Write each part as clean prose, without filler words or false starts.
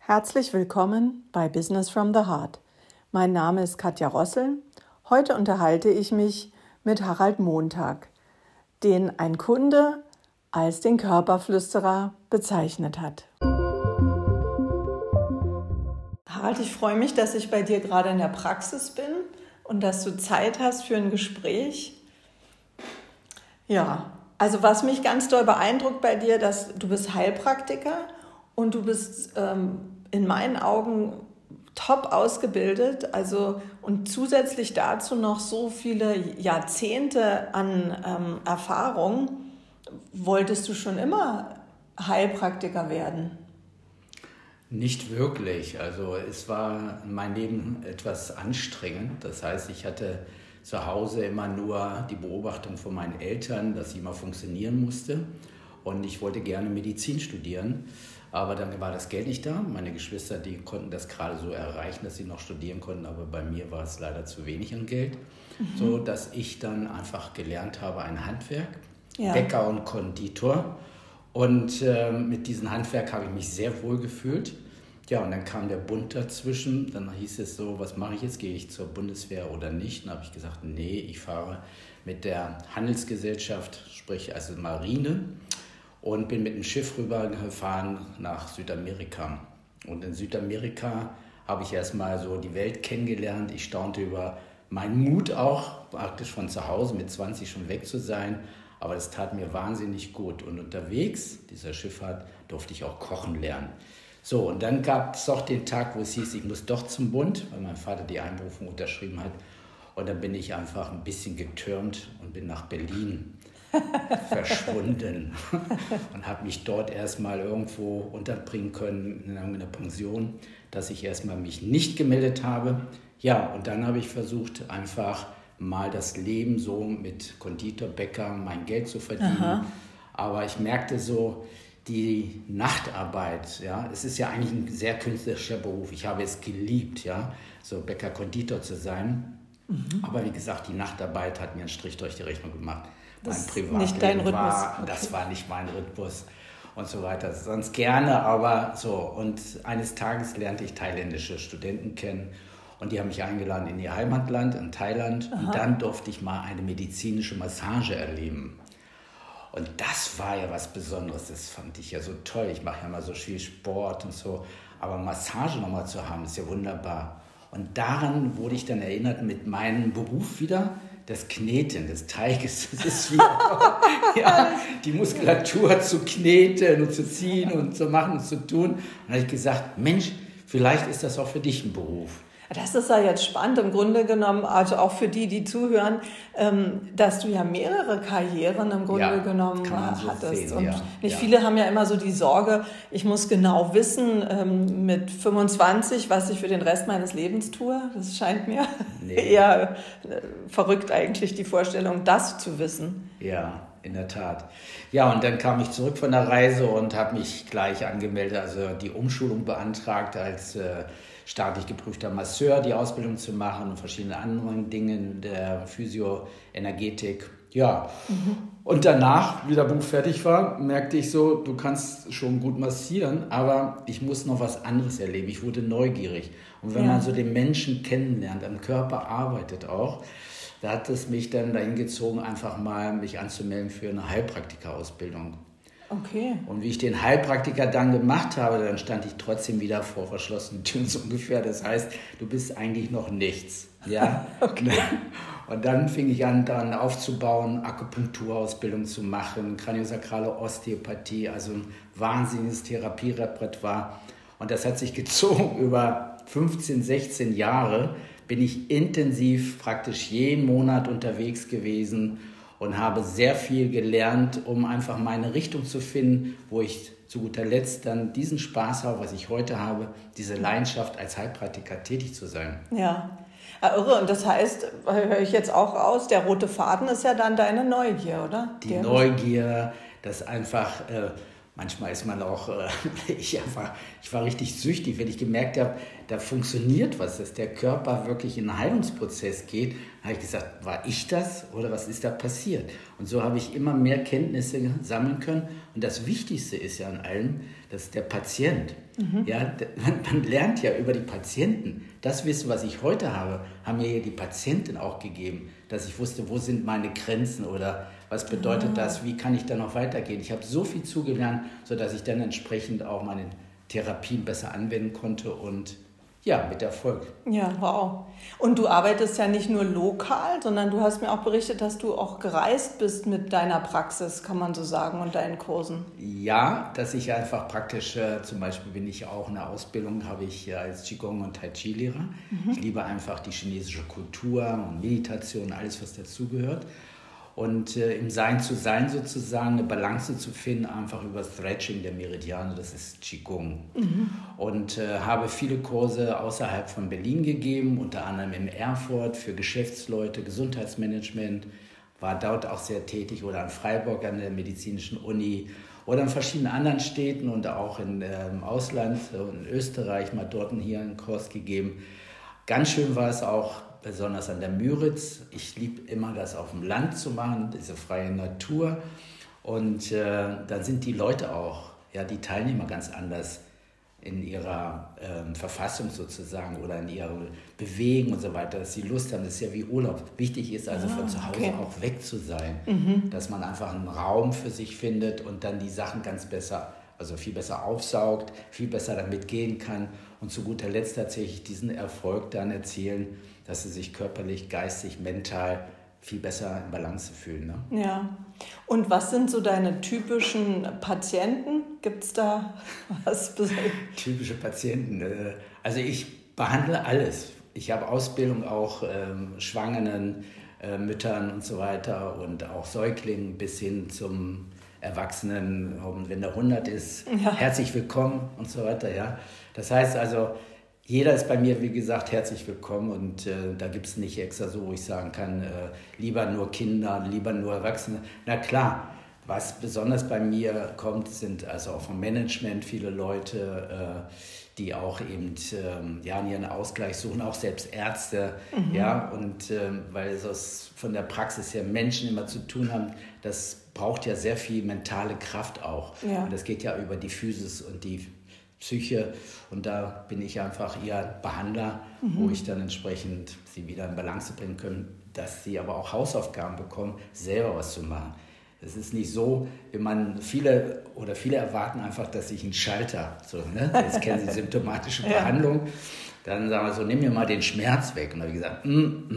Herzlich willkommen bei Business from the Heart. Mein Name ist Katja Rossel. Heute unterhalte ich mich mit Harald Montag, den ein Kunde als den Körperflüsterer bezeichnet hat. Harald, ich freue mich, dass ich bei dir gerade in der Praxis bin und dass du Zeit hast für ein Gespräch. Ja, also was mich ganz doll beeindruckt bei dir, dass du bist Heilpraktiker und du bist in meinen Augen top ausgebildet, also und zusätzlich dazu noch so viele Jahrzehnte an Erfahrung. Wolltest du schon immer Heilpraktiker werden? Nicht wirklich. Also es war in meinem Leben etwas anstrengend. Das heißt, ich hatte zu Hause immer nur die Beobachtung von meinen Eltern, dass ich immer funktionieren musste. Und ich wollte gerne Medizin studieren. Aber dann war das Geld nicht da. Meine Geschwister, die konnten das gerade so erreichen, dass sie noch studieren konnten. Aber bei mir war es leider zu wenig an Geld. So dass ich dann einfach gelernt habe, ein Handwerk, Bäcker und Konditor. Und mit diesem Handwerk habe ich mich sehr wohl gefühlt. Ja, und dann kam der Bund dazwischen. Dann hieß es so, was mache ich jetzt? Gehe ich zur Bundeswehr oder nicht? Dann habe ich gesagt, nee, ich fahre mit der Handelsgesellschaft, sprich also Marine, und bin mit dem Schiff rübergefahren nach Südamerika. Und in Südamerika habe ich erstmal so die Welt kennengelernt. Ich staunte über meinen Mut auch, praktisch von zu Hause mit 20 schon weg zu sein. Aber das tat mir wahnsinnig gut. Und unterwegs, dieser Schifffahrt, durfte ich auch kochen lernen. So, und dann gab es doch den Tag, wo es hieß, ich muss doch zum Bund, weil mein Vater die Einberufung unterschrieben hat. Und dann bin ich einfach ein bisschen getürmt und bin nach Berlin verschwunden und habe mich dort erstmal irgendwo unterbringen können in einer Pension, dass ich erstmal mich nicht gemeldet habe. Ja, und dann habe ich versucht, einfach mal das Leben so mit Konditor, Bäcker, mein Geld zu verdienen. Aha. Aber ich merkte so, die Nachtarbeit, ja, es ist ja eigentlich ein sehr künstlerischer Beruf. Ich habe es geliebt, ja, so Bäcker, Konditor zu sein. Aber wie gesagt, die Nachtarbeit hat mir einen Strich durch die Rechnung gemacht. Das ist nicht dein Rhythmus. Das war nicht mein Rhythmus und so weiter. Sonst gerne, aber so. Und eines Tages lernte ich thailändische Studenten kennen und die haben mich eingeladen in ihr Heimatland, in Thailand. Aha. Und dann durfte ich mal eine medizinische Massage erleben. Und das war ja was Besonderes, das fand ich ja so toll. Ich mache ja mal so viel Sport und so, aber Massage nochmal zu haben, ist ja wunderbar. Und daran wurde ich dann erinnert mit meinem Beruf wieder, das Kneten des Teiges. Das ist wieder ja, die Muskulatur zu kneten und zu ziehen und zu machen und zu tun. Und dann habe ich gesagt, Mensch, vielleicht ist das auch für dich ein Beruf. Das ist ja jetzt spannend im Grunde genommen, also auch für die, die zuhören, dass du ja mehrere Karrieren im Grunde genommen hattest. Sehen, und nicht viele haben ja immer so die Sorge, ich muss genau wissen mit 25, was ich für den Rest meines Lebens tue. Das scheint mir eher verrückt eigentlich, die Vorstellung, das zu wissen. Ja, in der Tat. Ja, und dann kam ich zurück von der Reise und habe mich gleich angemeldet, also die Umschulung beantragt als staatlich geprüfter Masseur, die Ausbildung zu machen und verschiedene andere Dinge der Physio-Energetik. Ja, und danach, wie der Beruf fertig war, merkte ich so, du kannst schon gut massieren, aber ich muss noch was anderes erleben. Ich wurde neugierig. Und wenn man so den Menschen kennenlernt, am Körper arbeitet auch, da hat es mich dann dahin gezogen, einfach mal mich anzumelden für eine Heilpraktikerausbildung. Okay. Und wie ich den Heilpraktiker dann gemacht habe, dann stand ich trotzdem wieder vor verschlossenen Türen so ungefähr. Das heißt, du bist eigentlich noch nichts. Ja? Okay. Und dann fing ich an, dann aufzubauen, Akupunkturausbildung zu machen, kraniosakrale Osteopathie, also ein wahnsinniges Therapierepertoire. Und das hat sich gezogen über 15, 16 Jahre. Bin ich intensiv praktisch jeden Monat unterwegs gewesen und habe sehr viel gelernt, um einfach meine Richtung zu finden, wo ich zu guter Letzt dann diesen Spaß habe, was ich heute habe, diese Leidenschaft als Heilpraktiker tätig zu sein. Ja, irre. Und das heißt, höre ich jetzt auch raus, der rote Faden ist ja dann deine Neugier, oder? Die Neugier, das einfach manchmal ist man auch, ich war richtig süchtig, wenn ich gemerkt habe, da funktioniert was, dass der Körper wirklich in einen Heilungsprozess geht, habe ich gesagt, war ich das oder was ist da passiert? Und so habe ich immer mehr Kenntnisse sammeln können. Und das Wichtigste ist ja an allem, dass der Patient, ja, man lernt ja über die Patienten. Das Wissen, was ich heute habe, haben mir ja die Patienten auch gegeben, dass ich wusste, wo sind meine Grenzen oder was bedeutet das, wie kann ich da noch weitergehen. Ich habe so viel zugelernt, sodass ich dann entsprechend auch meine Therapien besser anwenden konnte und ja, mit Erfolg. Ja, wow. Und du arbeitest ja nicht nur lokal, sondern du hast mir auch berichtet, dass du auch gereist bist mit deiner Praxis, kann man so sagen, und deinen Kursen. Ja, dass ich einfach praktisch, zum Beispiel bin ich auch in der Ausbildung, habe ich als Qigong- und Tai Chi-Lehrer. Ich liebe einfach die chinesische Kultur und Meditation, alles, was dazugehört. Und im Sein zu sein sozusagen, eine Balance zu finden, einfach über Stretching der Meridiane, das ist Qigong. Und habe viele Kurse außerhalb von Berlin gegeben, unter anderem in Erfurt für Geschäftsleute, Gesundheitsmanagement, war dort auch sehr tätig oder in Freiburg an der Medizinischen Uni oder in verschiedenen anderen Städten und auch im Ausland, in Österreich, mal dort und hier einen Kurs gegeben. Ganz schön war es auch, besonders an der Müritz. Ich liebe immer, das auf dem Land zu machen, diese freie Natur. Und dann sind die Leute auch, ja, die Teilnehmer ganz anders in ihrer Verfassung sozusagen oder in ihrem Bewegen und so weiter, dass sie Lust haben. Das ist ja wie Urlaub. Wichtig ist also von zu Hause auch weg zu sein, dass man einfach einen Raum für sich findet und dann die Sachen viel besser aufsaugt, viel besser damit gehen kann und zu guter Letzt tatsächlich diesen Erfolg dann erzielen, dass sie sich körperlich, geistig, mental viel besser in Balance fühlen. Ne? Ja. Und was sind so deine typischen Patienten? Gibt es da was Besonderes? Typische Patienten. Also ich behandle alles. Ich habe Ausbildung auch Schwangeren, Müttern und so weiter und auch Säuglingen bis hin zum Erwachsenen, wenn der 100 ist, herzlich willkommen und so weiter. Ja. Das heißt also, jeder ist bei mir, wie gesagt, herzlich willkommen und da gibt es nicht extra so, wo ich sagen kann, lieber nur Kinder, lieber nur Erwachsene. Na klar, was besonders bei mir kommt, sind also auch vom Management viele Leute, die auch eben ihren Ausgleich suchen, auch selbst Ärzte. Ja, und weil es von der Praxis her Menschen immer zu tun haben, das braucht ja sehr viel mentale Kraft auch. Ja. Und das geht ja über die Physis und die Psyche und da bin ich einfach ihr Behandler, wo ich dann entsprechend sie wieder in Balance bringen kann, dass sie aber auch Hausaufgaben bekommen, selber was zu machen. Es ist nicht so, viele erwarten einfach, dass ich einen Schalter, jetzt kennen Sie symptomatische Behandlung, dann sagen wir so, nimm mir mal den Schmerz weg. Und da habe ich gesagt,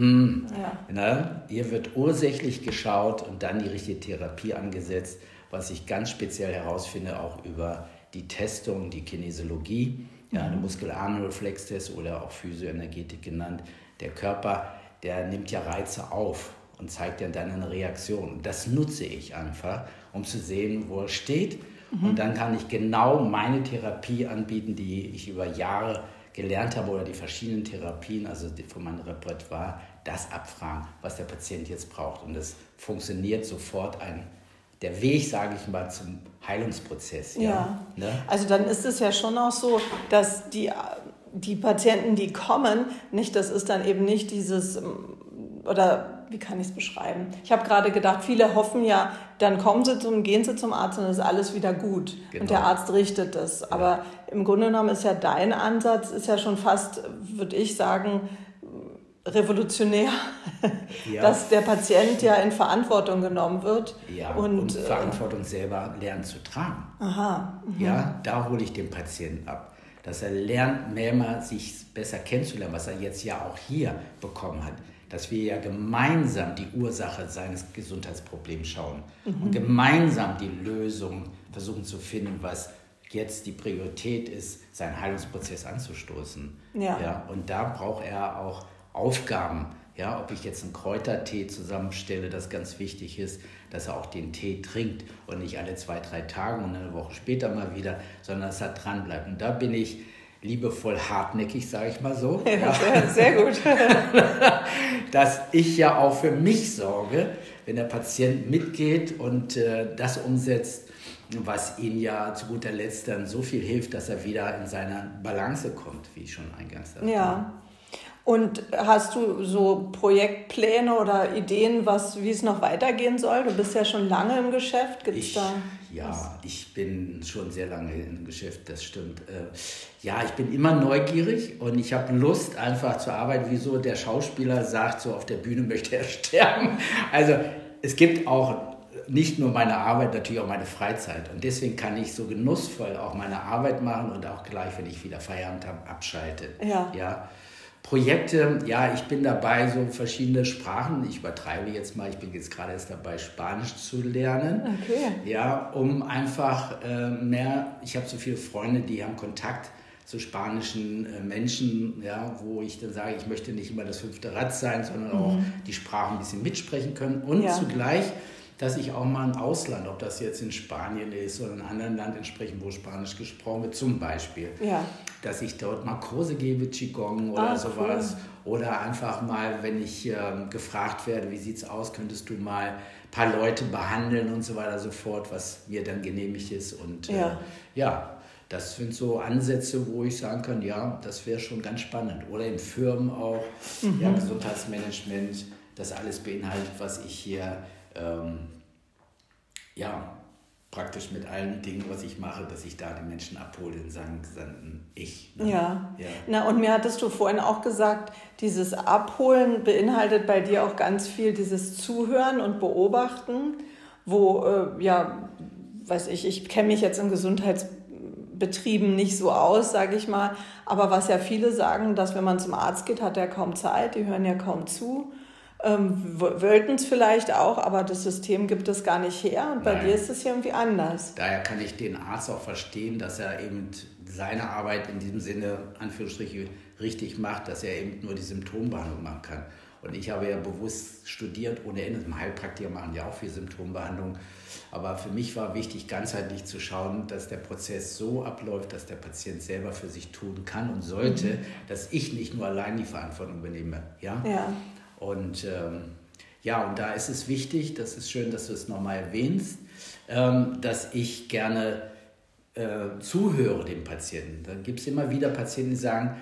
hier wird ursächlich geschaut und dann die richtige Therapie angesetzt, was ich ganz speziell herausfinde, auch über die Testung, die Kinesiologie, der Muskel-Arm-Reflextest oder auch Physioenergetik genannt. Der Körper, der nimmt ja Reize auf und zeigt dann eine Reaktion. Und das nutze ich einfach, um zu sehen, wo er steht. Und dann kann ich genau meine Therapie anbieten, die ich über Jahre gelernt habe oder die verschiedenen Therapien, also von meinem Repertoire, das abfragen, was der Patient jetzt braucht. Und das funktioniert sofort der Weg, sage ich mal, zum Heilungsprozess. Ja. Ne? Also dann ist es ja schon auch so, dass die Patienten, die kommen, das ist dann eben nicht dieses, oder wie kann ich es beschreiben? Ich habe gerade gedacht, viele hoffen ja, dann gehen sie zum Arzt und ist alles wieder gut. Genau. Und der Arzt richtet das. Ja. Aber im Grunde genommen ist ja dein Ansatz, ist ja schon fast, würde ich sagen, revolutionär, dass der Patient ja in Verantwortung genommen wird. Ja, und Verantwortung selber lernen zu tragen. Aha. Ja, da hole ich den Patienten ab. Dass er lernt, mehrmals sich besser kennenzulernen, was er jetzt ja auch hier bekommen hat. Dass wir ja gemeinsam die Ursache seines Gesundheitsproblems schauen und gemeinsam die Lösung versuchen zu finden, was jetzt die Priorität ist, seinen Heilungsprozess anzustoßen. Ja, und da braucht er auch Aufgaben, ja, ob ich jetzt einen Kräutertee zusammenstelle, das ganz wichtig ist, dass er auch den Tee trinkt und nicht alle 2-3 Tage und eine Woche später mal wieder, sondern dass er dran bleibt. Und da bin ich liebevoll hartnäckig, sage ich mal so. Ja, sehr gut. Dass ich ja auch für mich sorge, wenn der Patient mitgeht und das umsetzt, was ihm ja zu guter Letzt dann so viel hilft, dass er wieder in seine Balance kommt, wie ich schon eingangs sagte. Ja. Und hast du so Projektpläne oder Ideen, wie es noch weitergehen soll? Du bist ja schon lange im Geschäft. Ich bin schon sehr lange im Geschäft, das stimmt. Ja, ich bin immer neugierig und ich habe Lust einfach zu arbeiten, wie so der Schauspieler sagt, so auf der Bühne möchte er sterben. Also es gibt auch nicht nur meine Arbeit, natürlich auch meine Freizeit. Und deswegen kann ich so genussvoll auch meine Arbeit machen und auch gleich, wenn ich wieder Feierabend habe, abschalten. Ja. Projekte, ja, ich bin dabei, so verschiedene Sprachen, ich übertreibe jetzt mal, ich bin jetzt gerade erst dabei, Spanisch zu lernen. Okay. Ja, um einfach ich habe so viele Freunde, die haben Kontakt zu spanischen Menschen, ja, wo ich dann sage, ich möchte nicht immer das 5. Rad sein, sondern auch die Sprache ein bisschen mitsprechen können und zugleich, dass ich auch mal im Ausland, ob das jetzt in Spanien ist oder in einem anderen Land entsprechend, wo Spanisch gesprochen wird, zum Beispiel, dass ich dort mal Kurse gebe, Qigong oder sowas. Cool. Oder einfach mal, wenn ich gefragt werde, wie sieht's aus, könntest du mal ein paar Leute behandeln und so weiter und so fort, was mir dann genehmigt ist. Und das sind so Ansätze, wo ich sagen kann, ja, das wäre schon ganz spannend. Oder in Firmen auch, Gesundheitsmanagement, das alles beinhaltet, was ich hier praktisch mit allen Dingen, was ich mache, dass ich da die Menschen abhole in seinem gesamten Ich. Ne? Ja. Na, und mir hattest du vorhin auch gesagt, dieses Abholen beinhaltet bei dir auch ganz viel dieses Zuhören und Beobachten, wo, ich kenne mich jetzt in Gesundheitsbetrieben nicht so aus, sage ich mal, aber was ja viele sagen, dass wenn man zum Arzt geht, hat er kaum Zeit, die hören ja kaum zu. Wollten es vielleicht auch, aber das System gibt es gar nicht her und bei dir ist es irgendwie anders. Daher kann ich den Arzt auch verstehen, dass er eben seine Arbeit in diesem Sinne, Anführungsstriche, richtig macht, dass er eben nur die Symptombehandlung machen kann. Und ich habe ja bewusst studiert, ohne Ende. Heilpraktiker machen ja auch viel Symptombehandlung. Aber für mich war wichtig, ganzheitlich zu schauen, dass der Prozess so abläuft, dass der Patient selber für sich tun kann und sollte, dass ich nicht nur allein die Verantwortung übernehme. Ja. Und und da ist es wichtig, das ist schön, dass du es nochmal erwähnst, dass ich gerne zuhöre dem Patienten. Da gibt es immer wieder Patienten, die sagen,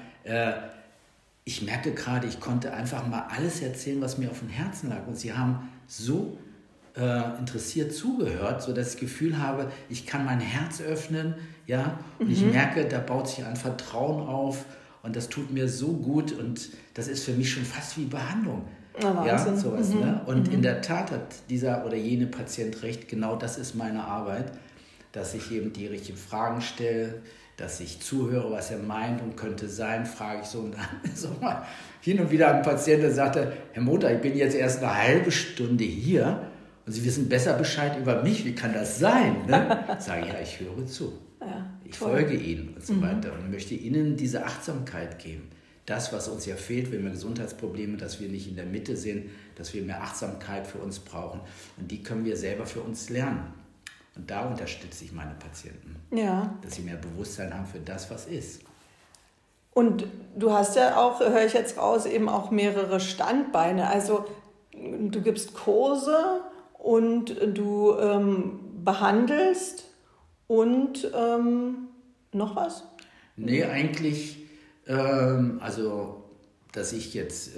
ich merke gerade, ich konnte einfach mal alles erzählen, was mir auf dem Herzen lag. Und sie haben so interessiert zugehört, sodass ich das Gefühl habe, ich kann mein Herz öffnen, und ich merke, da baut sich ein Vertrauen auf. Und das tut mir so gut und das ist für mich schon fast wie Behandlung. Sowas. Ne? Und in der Tat hat dieser oder jene Patient recht, genau das ist meine Arbeit, dass ich eben die richtigen Fragen stelle, dass ich zuhöre, was er meint und könnte sein, frage ich so. Und dann ist auch mal hin und wieder ein Patient, der sagte, Herr Moter, ich bin jetzt erst eine halbe Stunde hier und Sie wissen besser Bescheid über mich, wie kann das sein? Ne? Sage ich, ich höre zu. Ich folge Ihnen und so weiter und möchte Ihnen diese Achtsamkeit geben. Das, was uns ja fehlt, wenn wir Gesundheitsprobleme, dass wir nicht in der Mitte sind, dass wir mehr Achtsamkeit für uns brauchen. Und die können wir selber für uns lernen. Und da unterstütze ich meine Patienten. Dass sie mehr Bewusstsein haben für das, was ist. Und du hast ja auch, höre ich jetzt raus, eben auch mehrere Standbeine. Also du gibst Kurse und du behandelst und noch was? Nee, eigentlich, dass ich jetzt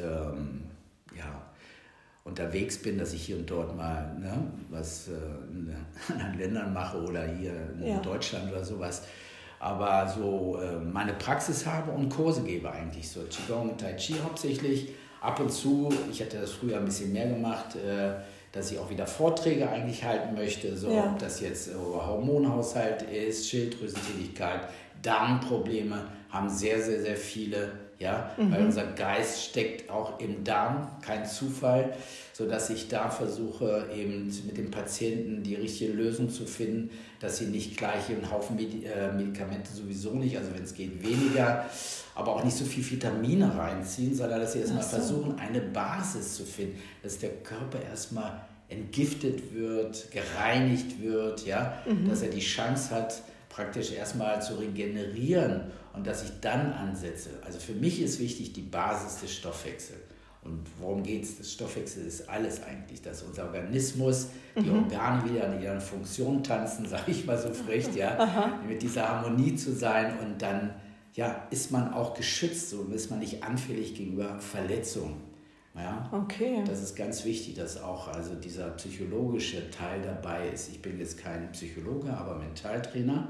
unterwegs bin, dass ich hier und dort mal was in anderen Ländern mache oder hier in Deutschland oder sowas. Aber so meine Praxis habe und Kurse gebe eigentlich, so Qigong und Tai Chi hauptsächlich. Ab und zu, ich hatte das früher ein bisschen mehr gemacht, dass ich auch wieder Vorträge eigentlich halten möchte, so ob das jetzt Hormonhaushalt ist, Schilddrüsentätigkeit, Darmprobleme haben sehr, sehr, sehr viele, weil unser Geist steckt auch im Darm, kein Zufall, sodass ich da versuche, eben mit dem Patienten die richtige Lösung zu finden, dass sie nicht gleich einen Haufen Medikamente sowieso nicht, also wenn es geht weniger, aber auch nicht so viel Vitamine reinziehen, sondern dass sie erstmal versuchen, eine Basis zu finden, dass der Körper erstmal entgiftet wird, gereinigt wird, dass er die Chance hat, praktisch erstmal zu regenerieren und dass ich dann ansetze. Also für mich ist wichtig die Basis des Stoffwechsels. Und worum geht es? Das Stoffwechsel ist alles eigentlich, dass unser Organismus, die Organe wieder an ihren Funktionen tanzen, sage ich mal so frech, ja, mit dieser Harmonie zu sein und dann ist man auch geschützt, so ist man nicht anfällig gegenüber Verletzungen. Ja, okay. Das ist ganz wichtig, dass auch also dieser psychologische Teil dabei ist. Ich bin jetzt kein Psychologe, aber Mentaltrainer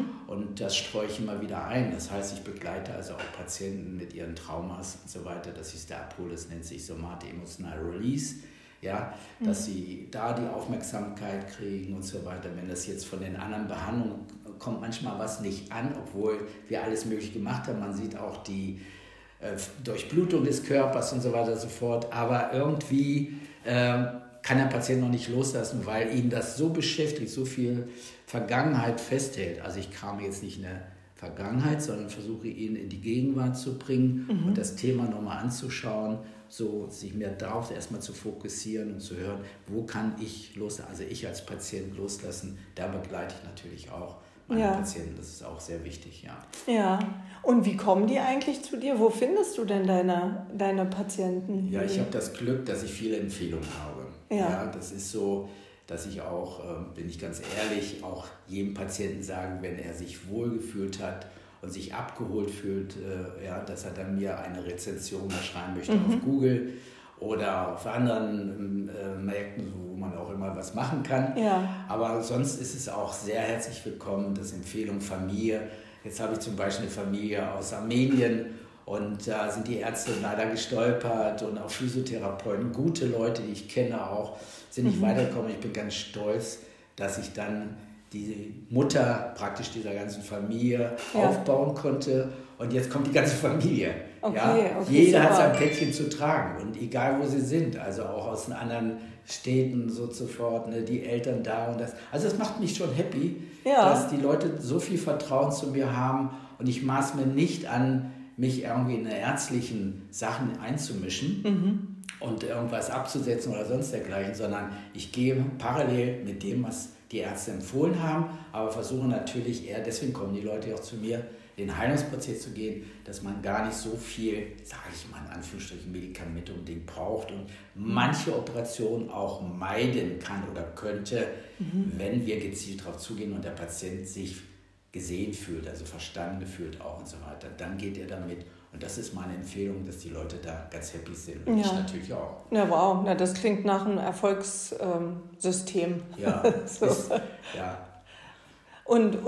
und das streue ich immer wieder ein. Das heißt, ich begleite also auch Patienten mit ihren Traumas und so weiter, dass ich es da abhole. Das nennt sich Somato-Emotional Release. Ja, dass sie da die Aufmerksamkeit kriegen und so weiter. Wenn das jetzt von den anderen Behandlungen kommt manchmal was nicht an, obwohl wir alles möglich gemacht haben. Man sieht auch die Durchblutung des Körpers und so weiter und so fort. Aber irgendwie kann der Patient noch nicht loslassen, weil ihn das so beschäftigt, so viel Vergangenheit festhält. Also ich krame jetzt nicht in der Vergangenheit, sondern versuche ihn in die Gegenwart zu bringen und das Thema nochmal anzuschauen, so sich mehr darauf erstmal zu fokussieren und zu hören, wo kann ich loslassen, also ich als Patient loslassen, da begleite ich natürlich auch meine Patienten, das ist auch sehr wichtig, Ja, und wie kommen die eigentlich zu dir? Wo findest du denn deine Patienten? Ja, ich habe das Glück, dass ich viele Empfehlungen habe. Ja, das ist so, dass ich auch, bin ich ganz ehrlich, auch jedem Patienten sagen, wenn er sich wohlgefühlt hat und sich abgeholt fühlt, dass er dann mir eine Rezension schreiben möchte auf Google oder auf anderen Märkten, wo man auch immer was machen kann. Ja. Aber sonst ist es auch sehr herzlich willkommen, das Empfehlung Familie. Jetzt habe ich zum Beispiel eine Familie aus Armenien und da sind die Ärzte leider gestolpert und auch Physiotherapeuten, gute Leute, die ich kenne auch, sind nicht weitergekommen. Ich bin ganz stolz, dass ich dann die Mutter praktisch dieser ganzen Familie aufbauen konnte. Und jetzt kommt die ganze Familie. Okay, Jeder hat sein Päckchen zu tragen. Und egal, wo sie sind, also auch aus den anderen Städten so sofort, ne, die Eltern da und das. Also es macht mich schon happy, dass die Leute so viel Vertrauen zu mir haben. Und ich maß mir nicht an, mich irgendwie in ärztlichen Sachen einzumischen und irgendwas abzusetzen oder sonst dergleichen, sondern ich gehe parallel mit dem, was die Ärzte empfohlen haben, aber versuche natürlich eher, deswegen kommen die Leute auch zu mir, den Heilungsprozess zu gehen, dass man gar nicht so viel, sage ich mal in Anführungsstrichen, Medikamente unbedingt braucht und manche Operationen auch meiden kann oder könnte, wenn wir gezielt darauf zugehen und der Patient sich gesehen fühlt, also verstanden fühlt auch und so weiter. Dann geht er damit. Und das ist meine Empfehlung, dass die Leute da ganz happy sind. Und ich natürlich auch. Ja, wow. Na, das klingt nach einem Erfolgssystem. Ja. So. Ja. Und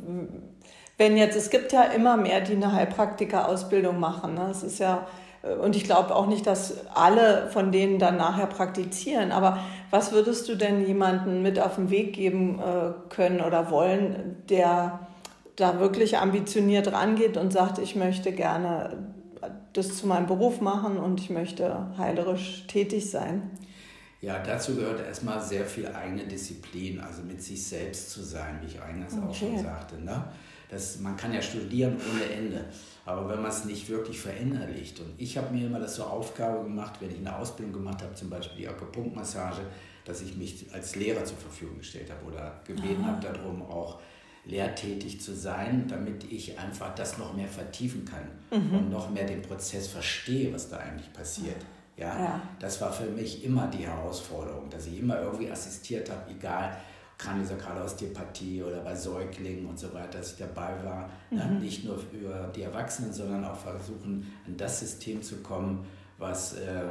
wenn jetzt, es gibt ja immer mehr, die eine Heilpraktiker-Ausbildung machen. Ne? Es ist ja, und ich glaube auch nicht, dass alle von denen dann nachher praktizieren. Aber was würdest du denn jemandem mit auf den Weg geben können oder wollen, der da wirklich ambitioniert rangeht und sagt, ich möchte gerne das zu meinem Beruf machen und ich möchte heilerisch tätig sein? Ja, dazu gehört erstmal sehr viel eigene Disziplin, also mit sich selbst zu sein, wie ich eingangs auch schon sagte. Ne? Man kann ja studieren ohne Ende, aber wenn man es nicht wirklich verinnerlicht. Und ich habe mir immer das zur Aufgabe gemacht, wenn ich eine Ausbildung gemacht habe, zum Beispiel die Akupunktmassage, dass ich mich als Lehrer zur Verfügung gestellt habe oder gebeten habe darum, auch lehrtätig zu sein, damit ich einfach das noch mehr vertiefen kann und noch mehr den Prozess verstehe, was da eigentlich passiert. Ja, das war für mich immer die Herausforderung, dass ich immer irgendwie assistiert habe, egal, Kraniosakrale Osteopathie oder bei Säuglingen und so weiter, dass ich dabei war. Nicht nur für die Erwachsenen, sondern auch versuchen, an das System zu kommen, was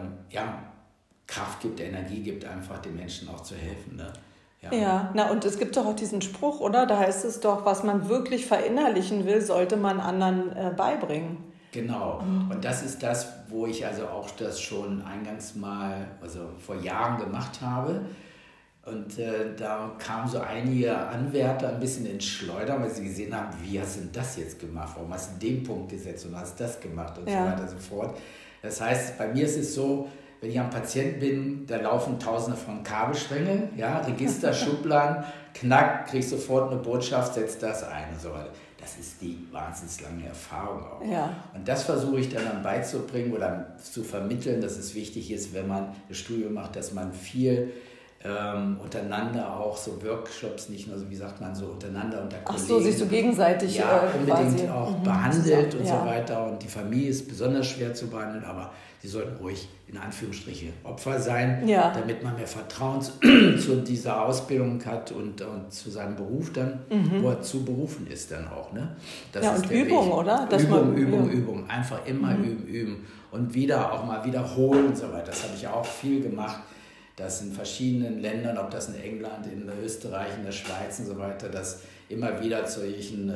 Kraft gibt, Energie gibt, einfach den Menschen auch zu helfen. Ne? Ja, und es gibt doch auch diesen Spruch, oder? Da heißt es doch, was man wirklich verinnerlichen will, sollte man anderen beibringen. Genau. Und das ist das, wo ich also auch das schon eingangs mal, also vor Jahren gemacht habe. Und da kamen so einige Anwärter ein bisschen ins Schleudern, weil sie gesehen haben, wie hast du denn das jetzt gemacht? Warum hast du den Punkt gesetzt und hast das gemacht und so weiter und so fort. Das heißt, bei mir ist es so, wenn ich am Patient bin, da laufen Tausende von Kabelstränge, Register, Schubladen, knack, krieg sofort eine Botschaft, setz das ein und so weiter. Das ist die wahnsinnig lange Erfahrung auch. Ja. Und das versuche ich dann beizubringen oder zu vermitteln, dass es wichtig ist, wenn man das Studium macht, dass man viel untereinander auch so Workshops, nicht nur so, wie sagt man, so untereinander unter Kollegen. Ach so, sich so gegenseitig unbedingt quasi auch behandelt zusammen, und so weiter. Und die Familie ist besonders schwer zu behandeln, aber sie sollten ruhig in Anführungsstriche Opfer sein, damit man mehr Vertrauen zu dieser Ausbildung hat und zu seinem Beruf dann, wo er zu berufen ist dann auch. Ne? Das ist und Übung, Weg. oder? Übung. Einfach immer üben und wieder auch mal wiederholen und so weiter. Das habe ich auch viel gemacht, dass in verschiedenen Ländern, ob das in England, in Österreich, in der Schweiz und so weiter, dass immer wieder zu solchen,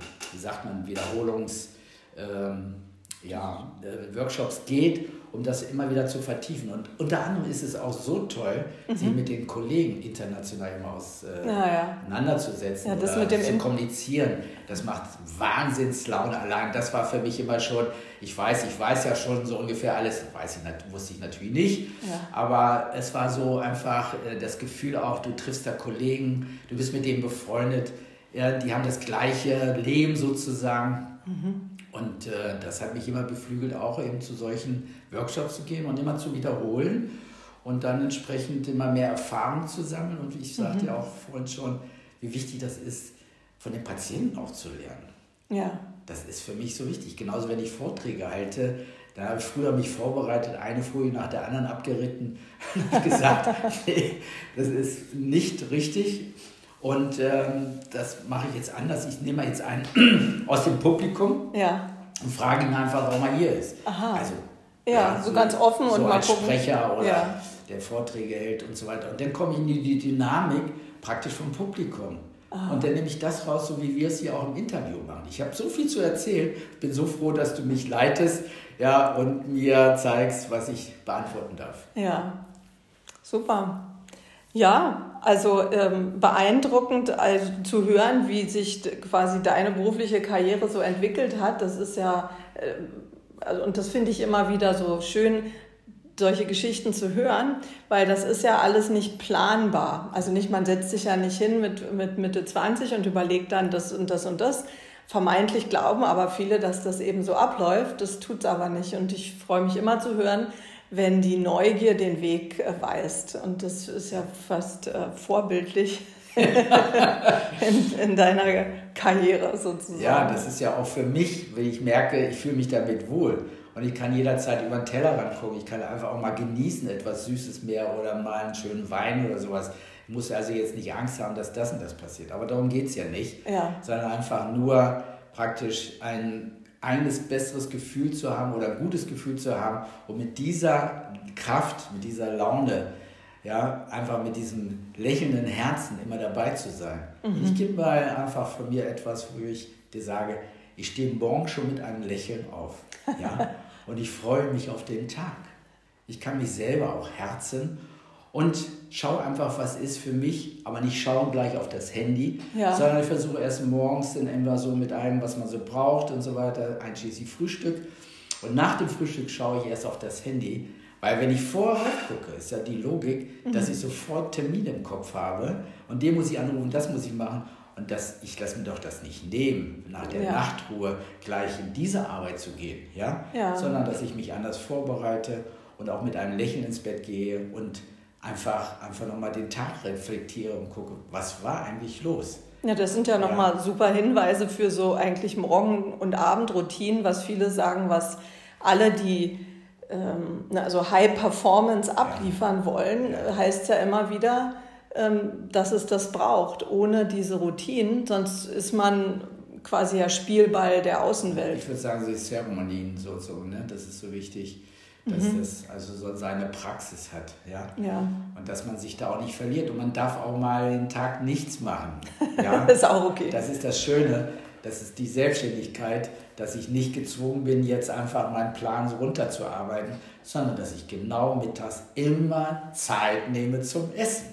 Workshops geht, um das immer wieder zu vertiefen. Und unter anderem ist es auch so toll, sich mit den Kollegen international immer auseinanderzusetzen das oder mit dem zu kommunizieren. Das macht Wahnsinnslaune allein. Das war für mich immer schon, ich weiß ja schon so ungefähr alles, wusste ich natürlich nicht, aber es war so einfach das Gefühl auch, du triffst da Kollegen, du bist mit denen befreundet, die haben das gleiche Leben sozusagen. Und das hat mich immer beflügelt, auch eben zu solchen Workshops zu gehen und immer zu wiederholen und dann entsprechend immer mehr Erfahrung zu sammeln. Und ich sagte ja auch vorhin schon, wie wichtig das ist, von den Patienten auch zu lernen. Ja. Das ist für mich so wichtig. Genauso, wenn ich Vorträge halte, da habe ich früher mich vorbereitet, eine Folie nach der anderen abgeritten und habe gesagt, nee, das ist nicht richtig. Und das mache ich jetzt anders. Ich nehme mal jetzt einen aus dem Publikum und frage ihn einfach, warum er hier ist. Aha. Also, so ganz offen so und mal als gucken. Sprecher oder der Vorträge hält und so weiter. Und dann komme ich in die Dynamik praktisch vom Publikum. Aha. Und dann nehme ich das raus, so wie wir es hier auch im Interview machen. Ich habe so viel zu erzählen. Bin so froh, dass du mich leitest und mir zeigst, was ich beantworten darf. Ja, super. Ja, also beeindruckend zu hören, wie sich quasi deine berufliche Karriere so entwickelt hat. Das ist und das finde ich immer wieder so schön, solche Geschichten zu hören, weil das ist ja alles nicht planbar. Also man setzt sich ja nicht hin mit Mitte 20 und überlegt dann das und das und das. Vermeintlich glauben aber viele, dass das eben so abläuft. Das tut es aber nicht. Und ich freue mich immer zu hören, wenn die Neugier den Weg weist. Und das ist ja fast vorbildlich in deiner Karriere sozusagen. Ja, das ist ja auch für mich, wenn ich merke, ich fühle mich damit wohl. Und ich kann jederzeit über den Tellerrand gucken. Ich kann einfach auch mal genießen, etwas Süßes mehr oder mal einen schönen Wein oder sowas. Ich muss also jetzt nicht Angst haben, dass das und das passiert. Aber darum geht es ja nicht. Sondern einfach nur praktisch ein eigenes besseres Gefühl zu haben oder ein gutes Gefühl zu haben und mit dieser Kraft, mit dieser Laune, einfach mit diesem lächelnden Herzen immer dabei zu sein. Ich gebe mal einfach von mir etwas, wo ich dir sage, ich stehe morgen schon mit einem Lächeln auf. Und ich freue mich auf den Tag. Ich kann mich selber auch herzen und schaue einfach, was ist für mich, aber nicht schauen gleich auf das Handy, sondern ich versuche erst morgens dann immer so mit allem, was man so braucht und so weiter, einschließlich Frühstück. Und nach dem Frühstück schaue ich erst auf das Handy, weil wenn ich vorher gucke, ist ja die Logik, dass ich sofort Termine im Kopf habe und den muss ich anrufen, das muss ich machen. Und ich lasse mir doch das nicht nehmen, nach der Nachtruhe gleich in diese Arbeit zu gehen, sondern dass ich mich anders vorbereite und auch mit einem Lächeln ins Bett gehe und einfach nochmal den Tag reflektiere und gucke, was war eigentlich los. Ja, das sind ja nochmal super Hinweise für so eigentlich Morgen- und Abendroutinen, was viele sagen, was alle, die also High Performance abliefern wollen, heißt ja immer wieder, dass es das braucht, ohne diese Routinen, sonst ist man quasi ja Spielball der Außenwelt. Ich würde sagen, so Zeremonien, ne? Das ist so wichtig, dass das also so seine Praxis hat. Und dass man sich da auch nicht verliert und man darf auch mal den Tag nichts machen. Ist auch okay. Das ist das Schöne, das ist die Selbstständigkeit, dass ich nicht gezwungen bin, jetzt einfach meinen Plan so runterzuarbeiten, sondern dass ich genau mittags immer Zeit nehme zum Essen.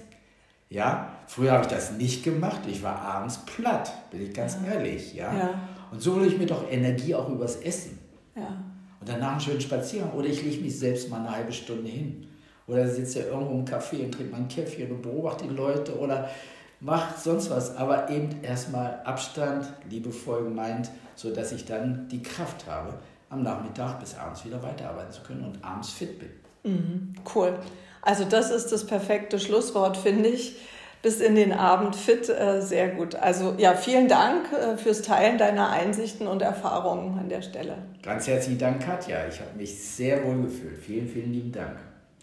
Früher habe ich das nicht gemacht, ich war abends platt, bin ich ganz ehrlich. Und so hole ich mir doch Energie auch übers Essen. Und danach einen schönen Spaziergang oder ich lege mich selbst mal eine halbe Stunde hin. Oder sitze irgendwo im Café und trinke mein Käffchen und beobachte die Leute oder mache sonst was. Aber eben erstmal Abstand, liebevoll gemeint, sodass ich dann die Kraft habe, am Nachmittag bis abends wieder weiterarbeiten zu können und abends fit bin. Cool. Also das ist das perfekte Schlusswort, finde ich. Bis in den Abend fit, sehr gut. Also ja, vielen Dank fürs Teilen deiner Einsichten und Erfahrungen an der Stelle. Ganz herzlichen Dank, Katja. Ich habe mich sehr wohl gefühlt. Vielen, vielen lieben Dank.